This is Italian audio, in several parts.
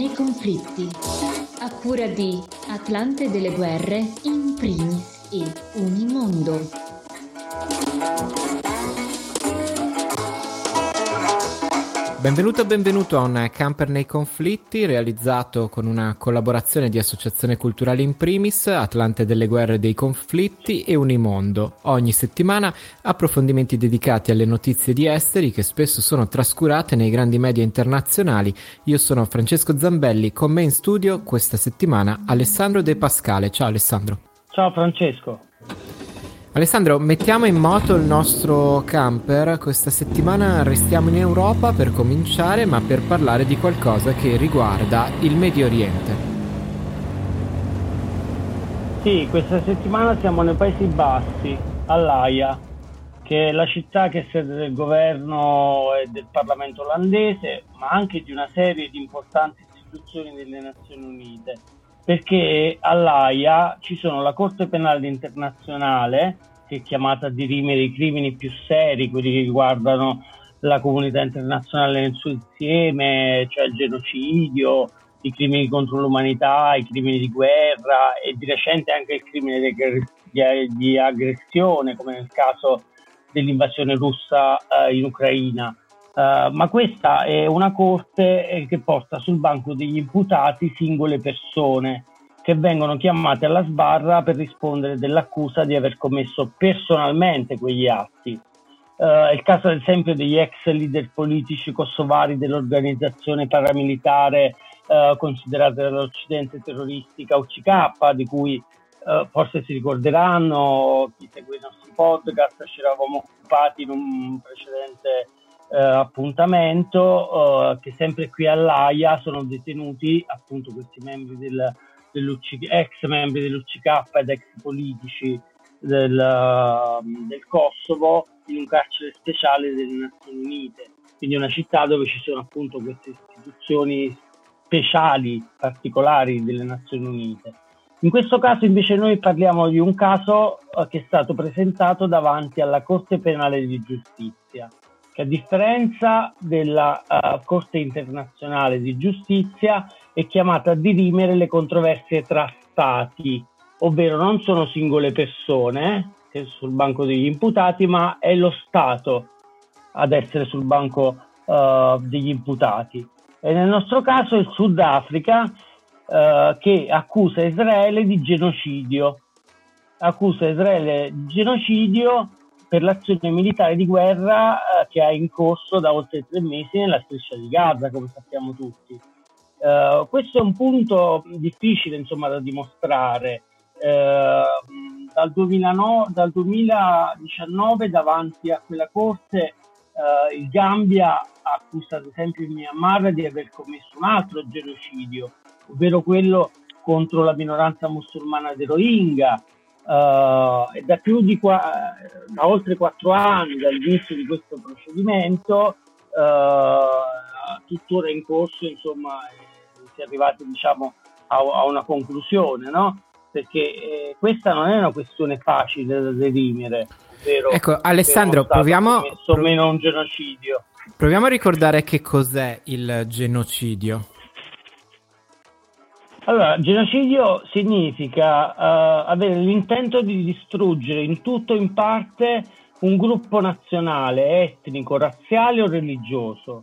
nei conflitti, a cura di Atlante delle Guerre in primis e Unimondo. Benvenuto a un camper nei conflitti realizzato con una collaborazione di Associazione Culturale in primis, Atlante delle Guerre dei Conflitti e Unimondo. Ogni settimana approfondimenti dedicati alle notizie di esteri che spesso sono trascurate nei grandi media internazionali. Io sono Francesco Zambelli, con me in studio questa settimana Alessandro De Pascale. Ciao Alessandro. Ciao Francesco. Alessandro, mettiamo in moto il nostro camper. Questa settimana restiamo in Europa per cominciare, ma per parlare di qualcosa che riguarda il Medio Oriente. Sì, questa settimana siamo nei Paesi Bassi, all'Aia, che è la città che è sede del governo e del Parlamento olandese, ma anche di una serie di importanti istituzioni delle Nazioni Unite, perché all'Aia ci sono la Corte Penale Internazionale, che è chiamata a dirimere i crimini più seri, quelli che riguardano la comunità internazionale nel suo insieme, cioè il genocidio, i crimini contro l'umanità, i crimini di guerra e di recente anche il crimine di aggressione, come nel caso dell'invasione russa in Ucraina. Ma questa è una corte che porta sul banco degli imputati singole persone che vengono chiamate alla sbarra per rispondere dell'accusa di aver commesso personalmente quegli atti. Il caso ad esempio degli ex leader politici kosovari dell'organizzazione paramilitare considerata dall'Occidente terroristica UCK, di cui forse si ricorderanno, chi segue i nostri podcast, ci eravamo occupati in un precedente appuntamento, che sempre qui all'Aia sono detenuti appunto questi membri ex membri dell'UCK ed ex politici del Kosovo in un carcere speciale delle Nazioni Unite, quindi una città dove ci sono appunto queste istituzioni speciali, particolari delle Nazioni Unite. In questo caso invece noi parliamo di un caso che è stato presentato davanti alla Corte Penale di Giustizia, che a differenza della Corte Internazionale di Giustizia è chiamata a dirimere le controversie tra stati, ovvero non sono singole persone che sono sul banco degli imputati, ma è lo Stato ad essere sul banco degli imputati. E nel nostro caso è il Sudafrica che accusa Israele di genocidio. Accusa Israele di genocidio per l'azione militare di guerra che ha in corso da oltre 3 mesi nella striscia di Gaza, come sappiamo tutti. Questo è un punto difficile, insomma, da dimostrare. Dal 2019 davanti a quella corte il Gambia accusa ad esempio il Myanmar di aver commesso un altro genocidio, ovvero quello contro la minoranza musulmana dei Rohingya. E da oltre 4 anni dall'inizio di questo procedimento tuttora in corso, insomma, si è arrivati, diciamo, a una conclusione, no? Perché questa non è una questione facile da dirimere, ovvero ecco, Alessandro, proviamo meno un genocidio. Proviamo a ricordare che cos'è il genocidio. Allora, genocidio significa avere l'intento di distruggere in tutto o in parte un gruppo nazionale, etnico, razziale o religioso.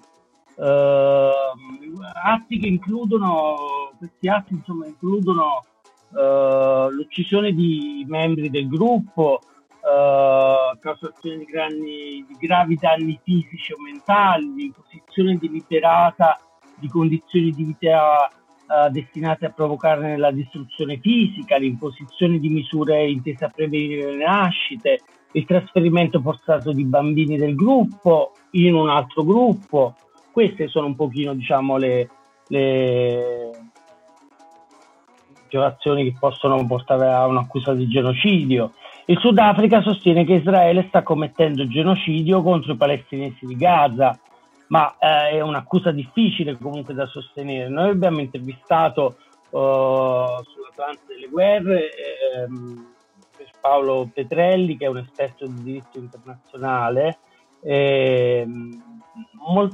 Questi atti insomma includono l'uccisione di membri del gruppo, causazione di gravi danni fisici o mentali, l'imposizione deliberata di condizioni di vita destinate a provocarne la distruzione fisica, l'imposizione di misure intese a prevenire le nascite, il trasferimento forzato di bambini del gruppo in un altro gruppo. Queste sono un pochino, diciamo, le violazioni che possono portare a un'accusa di genocidio. Il Sudafrica sostiene che Israele sta commettendo genocidio contro i palestinesi di Gaza, ma è un'accusa difficile comunque da sostenere. Noi abbiamo intervistato sull'Atlante delle Guerre Paolo Petrelli, che è un esperto di diritto internazionale, che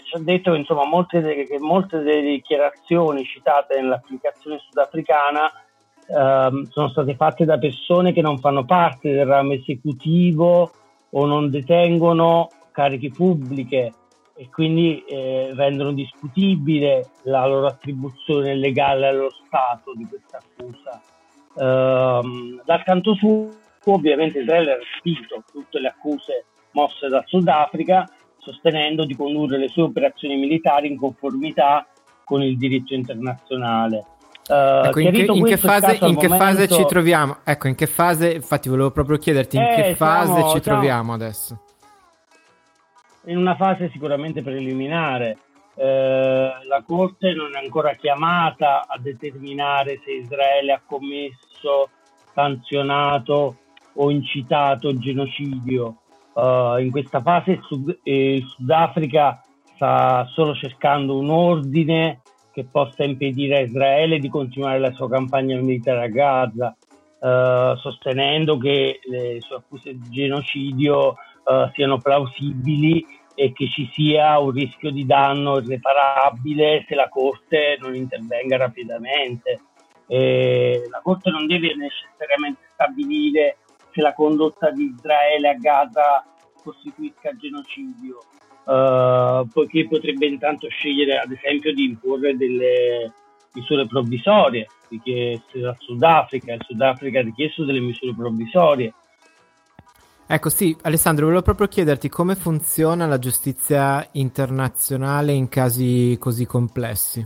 ci ha detto che insomma molte delle dichiarazioni citate nell'applicazione sudafricana sono state fatte da persone che non fanno parte del ramo esecutivo o non detengono cariche pubbliche, e quindi rendono discutibile la loro attribuzione legale allo Stato di questa accusa. Dal canto suo, ovviamente, Israele ha respinto tutte le accuse mosse dal Sudafrica, sostenendo di condurre le sue operazioni militari in conformità con il diritto internazionale. Ecco, in che fase ci troviamo? Ecco, in che fase, infatti volevo proprio chiederti in che fase ci troviamo adesso? In una fase sicuramente preliminare. La Corte non è ancora chiamata a determinare se Israele ha commesso, sanzionato o incitato genocidio. In questa fase il Sudafrica sta solo cercando un ordine che possa impedire a Israele di continuare la sua campagna militare a Gaza, sostenendo che le sue accuse di genocidio siano plausibili e che ci sia un rischio di danno irreparabile se la Corte non intervenga rapidamente. La Corte non deve necessariamente stabilire se la condotta di Israele a Gaza costituisca genocidio, poiché potrebbe intanto scegliere, ad esempio, di imporre delle misure provvisorie, richieste dal Sudafrica. Il Sudafrica ha richiesto delle misure provvisorie. Ecco, sì, Alessandro, volevo proprio chiederti come funziona la giustizia internazionale in casi così complessi.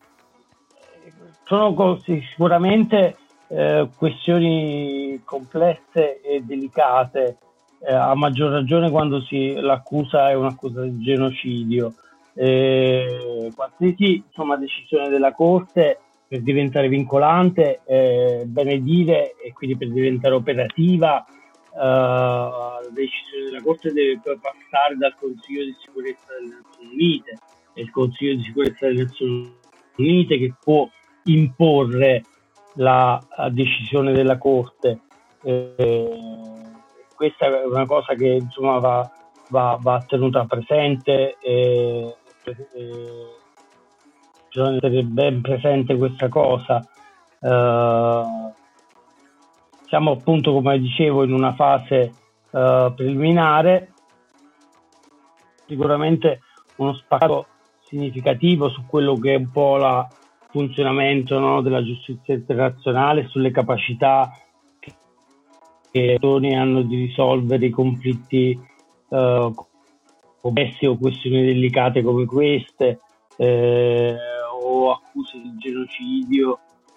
Sono sicuramente questioni complesse e delicate, a maggior ragione quando l'accusa è un'accusa di genocidio. Qualsiasi decisione della Corte, per diventare vincolante, bene dire, e quindi per diventare operativa, la decisione della Corte deve poi passare dal Consiglio di sicurezza delle Nazioni Unite. È il Consiglio di sicurezza delle Nazioni Unite che può imporre la decisione della Corte. Questa è una cosa che va tenuta presente, bisogna tenere ben presente questa cosa. Siamo appunto, come dicevo, in una fase preliminare, sicuramente uno spaccato significativo su quello che è un po' il funzionamento della giustizia internazionale, sulle capacità che le nazioni hanno di risolvere i conflitti complessi o questioni delicate come queste, o accuse di genocidio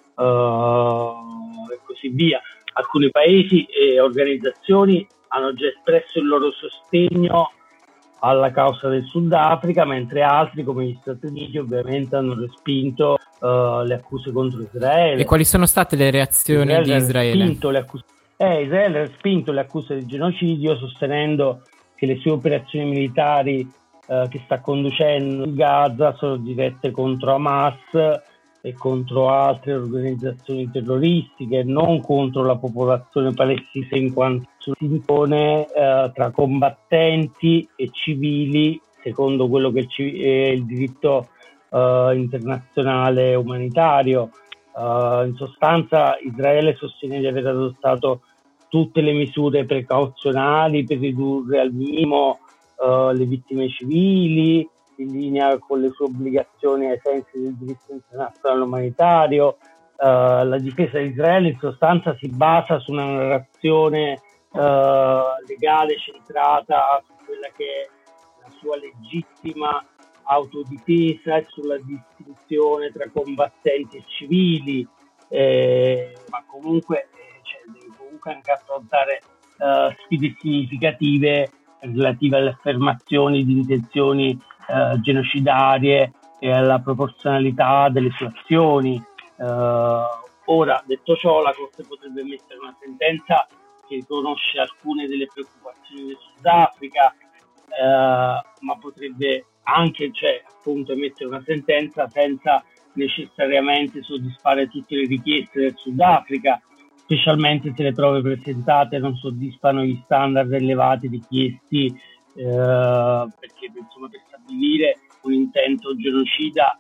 e così via. Alcuni paesi e organizzazioni hanno già espresso il loro sostegno alla causa del Sudafrica, mentre altri, come gli Stati Uniti, ovviamente hanno respinto le accuse contro Israele. E quali sono state le reazioni di Israele? Israele ha respinto le accuse di genocidio, sostenendo che le sue operazioni militari che sta conducendo in Gaza sono dirette contro Hamas e contro altre organizzazioni terroristiche, non contro la popolazione palestinese, in quanto si impone tra combattenti e civili, secondo quello che è il diritto internazionale umanitario. In sostanza, Israele sostiene di aver adottato tutte le misure precauzionali per ridurre al minimo le vittime civili, in linea con le sue obbligazioni ai sensi del diritto internazionale umanitario. La difesa di Israele in sostanza si basa su una narrazione legale centrata su quella che è la sua legittima autodifesa e sulla distinzione tra combattenti e civili, ma comunque deve comunque anche affrontare sfide significative relative alle affermazioni di intenzioni genocidarie e alla proporzionalità delle sue azioni. Ora, detto ciò, la Corte potrebbe emettere una sentenza che riconosce alcune delle preoccupazioni del Sudafrica, ma potrebbe anche appunto emettere una sentenza senza necessariamente soddisfare tutte le richieste del Sudafrica, specialmente se le prove presentate non soddisfano gli standard elevati richiesti, perché per stabilire un intento genocida,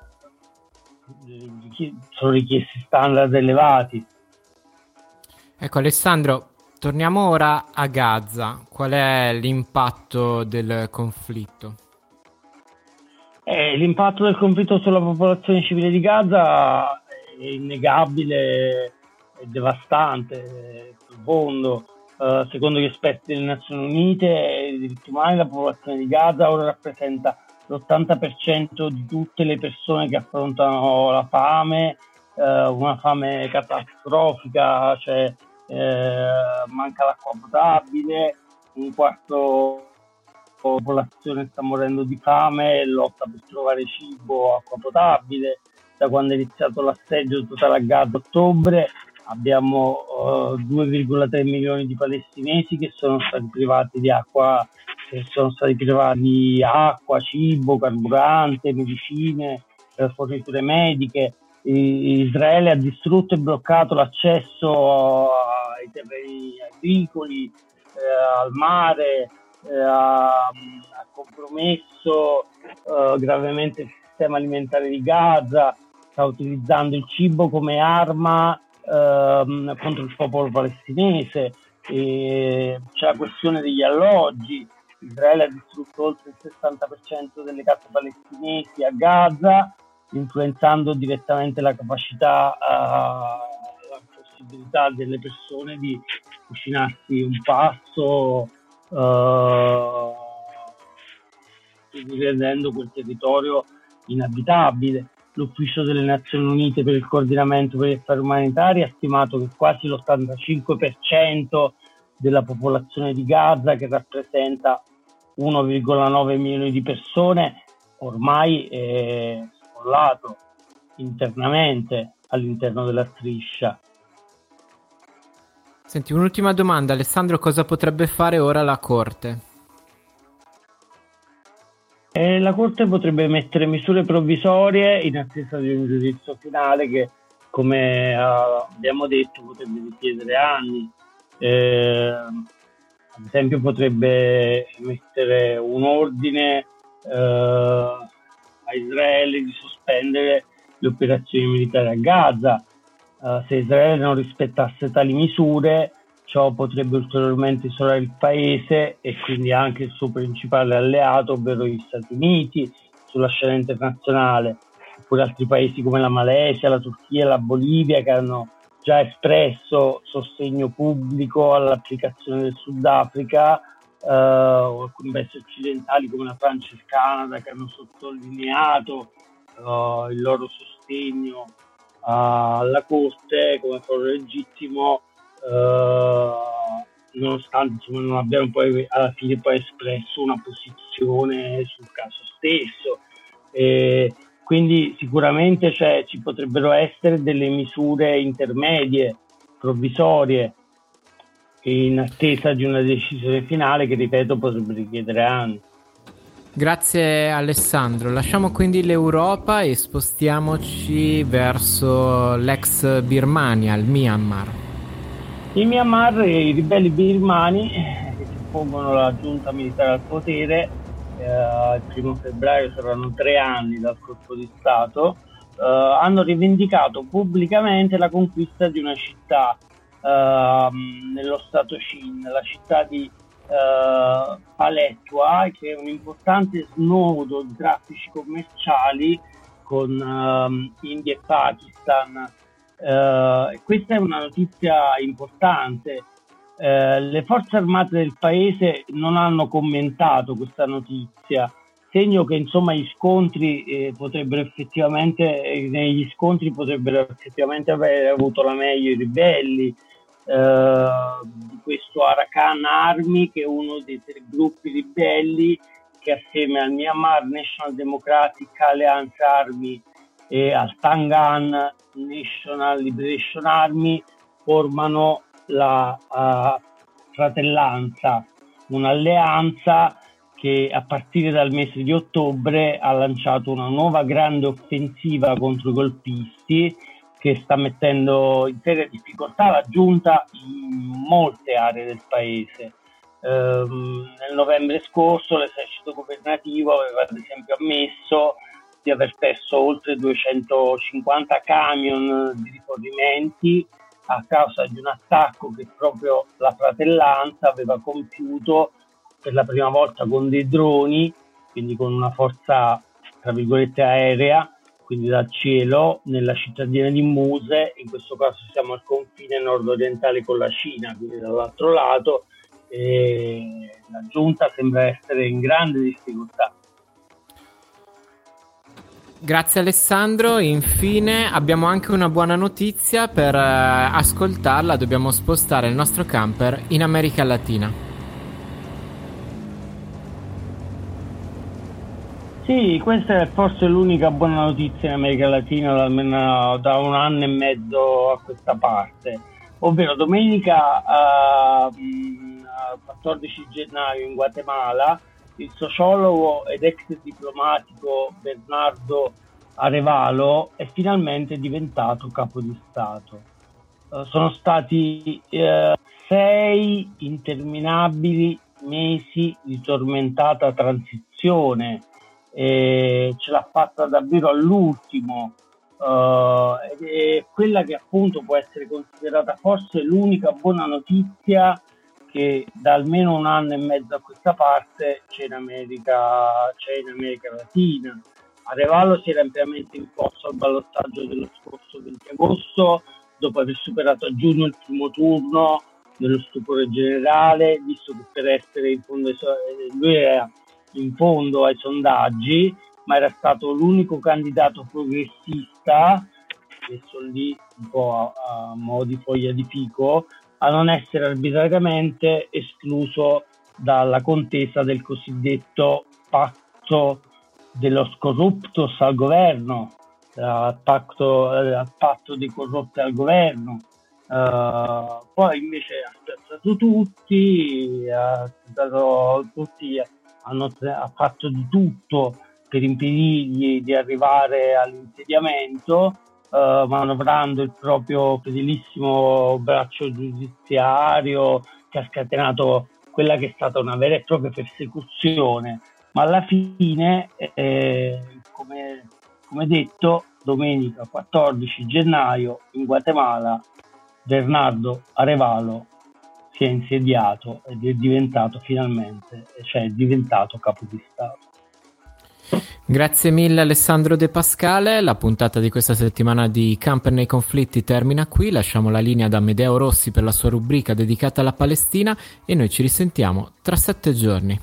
sono richiesti standard elevati. Ecco Alessandro, torniamo ora a Gaza. Qual è l'impatto del conflitto? L'impatto del conflitto sulla popolazione civile di Gaza è innegabile, è devastante, è profondo. Secondo gli esperti delle Nazioni Unite e dei diritti umani, la popolazione di Gaza ora rappresenta l'80% di tutte le persone che affrontano la fame, una fame catastrofica, cioè manca l'acqua potabile, un quarto della popolazione sta morendo di fame e lotta per trovare cibo, acqua potabile. Da quando è iniziato l'assedio totale a Gaza a ottobre abbiamo 2,3 milioni di palestinesi che sono stati privati di acqua, cibo, carburante, medicine, forniture mediche. Israele ha distrutto e bloccato l'accesso ai terreni agricoli, al mare, ha compromesso gravemente il sistema alimentare di Gaza, sta utilizzando il cibo come arma contro il popolo palestinese. C'è la questione degli alloggi. Israele ha distrutto oltre il 60% delle case palestinesi a Gaza, influenzando direttamente la capacità, la possibilità delle persone di cucinarsi un pasto, rendendo quel territorio inabitabile. L'Ufficio delle Nazioni Unite per il coordinamento per gli affari umanitari ha stimato che quasi l'85% della popolazione di Gaza, che rappresenta 1,9 milioni di persone, ormai è sfollato internamente all'interno della striscia. Senti, un'ultima domanda, Alessandro, cosa potrebbe fare ora la Corte? La Corte potrebbe mettere misure provvisorie in attesa di un giudizio finale che, come abbiamo detto, potrebbe richiedere anni. Ad esempio potrebbe mettere un ordine a Israele di sospendere le operazioni militari a Gaza. Se Israele non rispettasse tali misure, ciò potrebbe ulteriormente isolare il paese e quindi anche il suo principale alleato, ovvero gli Stati Uniti, sulla scena internazionale, oppure altri paesi come la Malesia, la Turchia e la Bolivia, che hanno già espresso sostegno pubblico all'applicazione del Sudafrica, o alcuni paesi occidentali come la Francia e il Canada, che hanno sottolineato il loro sostegno alla Corte come foro legittimo, nonostante non abbiano poi alla fine espresso una posizione sul caso stesso. Quindi sicuramente ci potrebbero essere delle misure intermedie, provvisorie, in attesa di una decisione finale che, ripeto, potrebbe richiedere anni. Grazie Alessandro, lasciamo quindi l'Europa e spostiamoci verso l'ex Birmania, il Myanmar. In Myanmar i ribelli birmani che si oppongono alla giunta militare al potere, il 1 febbraio saranno 3 anni dal colpo di Stato, hanno rivendicato pubblicamente la conquista di una città nello stato Chin, la città di Palettua, che è un importante snodo di traffici commerciali con India e Pakistan. Questa è una notizia importante. Le forze armate del paese non hanno commentato questa notizia, segno che insomma negli scontri potrebbero effettivamente aver avuto la meglio i ribelli di questo Arakan Army, che è uno dei 3 gruppi ribelli che assieme al Myanmar National Democratic Alliance Army e al Tangan National Liberation Army formano la Fratellanza, un'alleanza che a partire dal mese di ottobre ha lanciato una nuova grande offensiva contro i golpisti, che sta mettendo in seria difficoltà la giunta in molte aree del paese. Nel novembre scorso l'esercito governativo aveva ad esempio ammesso di aver perso oltre 250 camion di rifornimenti a causa di un attacco che proprio la Fratellanza aveva compiuto per la prima volta con dei droni, quindi con una forza tra virgolette aerea, quindi dal cielo, nella cittadina di Muse. In questo caso siamo al confine nord-orientale con la Cina, quindi dall'altro lato, e la giunta sembra essere in grande difficoltà. Grazie Alessandro. Infine abbiamo anche una buona notizia. Per ascoltarla dobbiamo spostare il nostro camper in America Latina. Sì, questa è forse l'unica buona notizia in America Latina almeno da un anno e mezzo a questa parte, ovvero domenica 14 gennaio in Guatemala il sociologo ed ex diplomatico Bernardo Arévalo è finalmente diventato capo di Stato. Sono stati 6 interminabili mesi di tormentata transizione, e ce l'ha fatta davvero all'ultimo, ed è quella che appunto può essere considerata forse l'unica buona notizia che da almeno un anno e mezzo a questa parte c'è in America Latina. Arévalo si era ampiamente imposto al ballottaggio dello scorso 20 agosto dopo aver superato a giugno il primo turno dello stupore generale, visto che per essere lui era in fondo ai sondaggi, ma era stato l'unico candidato progressista, messo lì un po' a mo' di foglia di fico, a non essere arbitrariamente escluso dalla contesa del cosiddetto patto dello corruptos al governo, patto dei corrotti al governo. Poi invece ha spiazzato tutti, ha fatto di tutto per impedirgli di arrivare all'insediamento, manovrando il proprio fedelissimo braccio giudiziario che ha scatenato quella che è stata una vera e propria persecuzione. Ma alla fine, come detto, domenica 14 gennaio in Guatemala Bernardo Arévalo si è insediato ed è diventato finalmente, cioè è diventato capo di Stato. Grazie mille Alessandro De Pascale. La puntata di questa settimana di Camper nei conflitti termina qui. Lasciamo la linea ad Amedeo Rossi per la sua rubrica dedicata alla Palestina e noi ci risentiamo tra 7 giorni.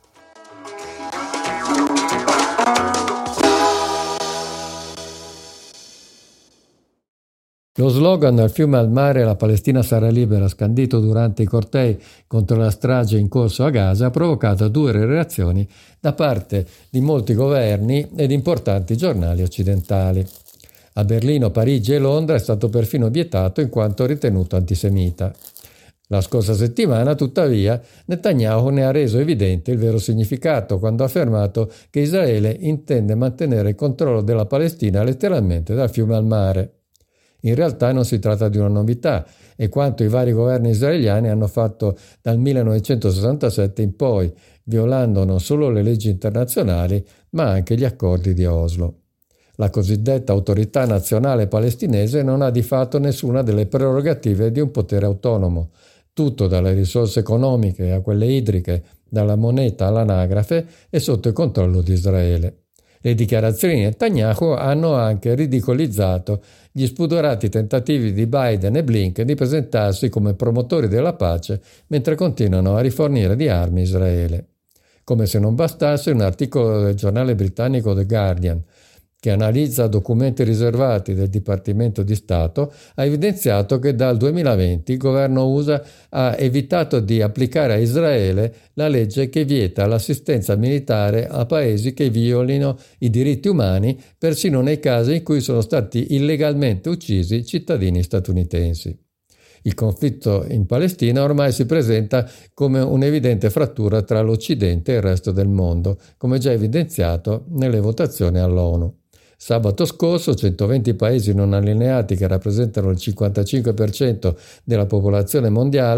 Lo slogan "Dal fiume al mare la Palestina sarà libera", scandito durante i cortei contro la strage in corso a Gaza, ha provocato dure reazioni da parte di molti governi ed importanti giornali occidentali. A Berlino, Parigi e Londra è stato perfino vietato in quanto ritenuto antisemita. La scorsa settimana, tuttavia, Netanyahu ne ha reso evidente il vero significato quando ha affermato che Israele intende mantenere il controllo della Palestina letteralmente dal fiume al mare. In realtà non si tratta di una novità, è quanto i vari governi israeliani hanno fatto dal 1967 in poi, violando non solo le leggi internazionali, ma anche gli accordi di Oslo. La cosiddetta autorità nazionale palestinese non ha di fatto nessuna delle prerogative di un potere autonomo. Tutto, dalle risorse economiche a quelle idriche, dalla moneta all'anagrafe, è sotto il controllo di Israele. Le dichiarazioni di Netanyahu hanno anche ridicolizzato gli spudorati tentativi di Biden e Blinken di presentarsi come promotori della pace mentre continuano a rifornire di armi Israele. Come se non bastasse, un articolo del giornale britannico The Guardian, che analizza documenti riservati del Dipartimento di Stato, ha evidenziato che dal 2020 il governo USA ha evitato di applicare a Israele la legge che vieta l'assistenza militare a paesi che violino i diritti umani, persino nei casi in cui sono stati illegalmente uccisi cittadini statunitensi. Il conflitto in Palestina ormai si presenta come un'evidente frattura tra l'Occidente e il resto del mondo, come già evidenziato nelle votazioni all'ONU. Sabato scorso 120 paesi non allineati, che rappresentano il 55% della popolazione mondiale,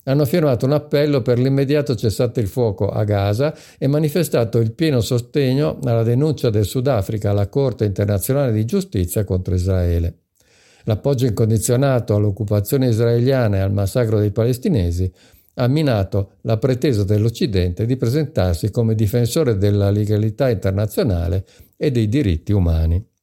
hanno firmato un appello per l'immediato cessate il fuoco a Gaza e manifestato il pieno sostegno alla denuncia del Sudafrica alla Corte internazionale di giustizia contro Israele. L'appoggio incondizionato all'occupazione israeliana e al massacro dei palestinesi ha minato la pretesa dell'Occidente di presentarsi come difensore della legalità internazionale e dei diritti umani.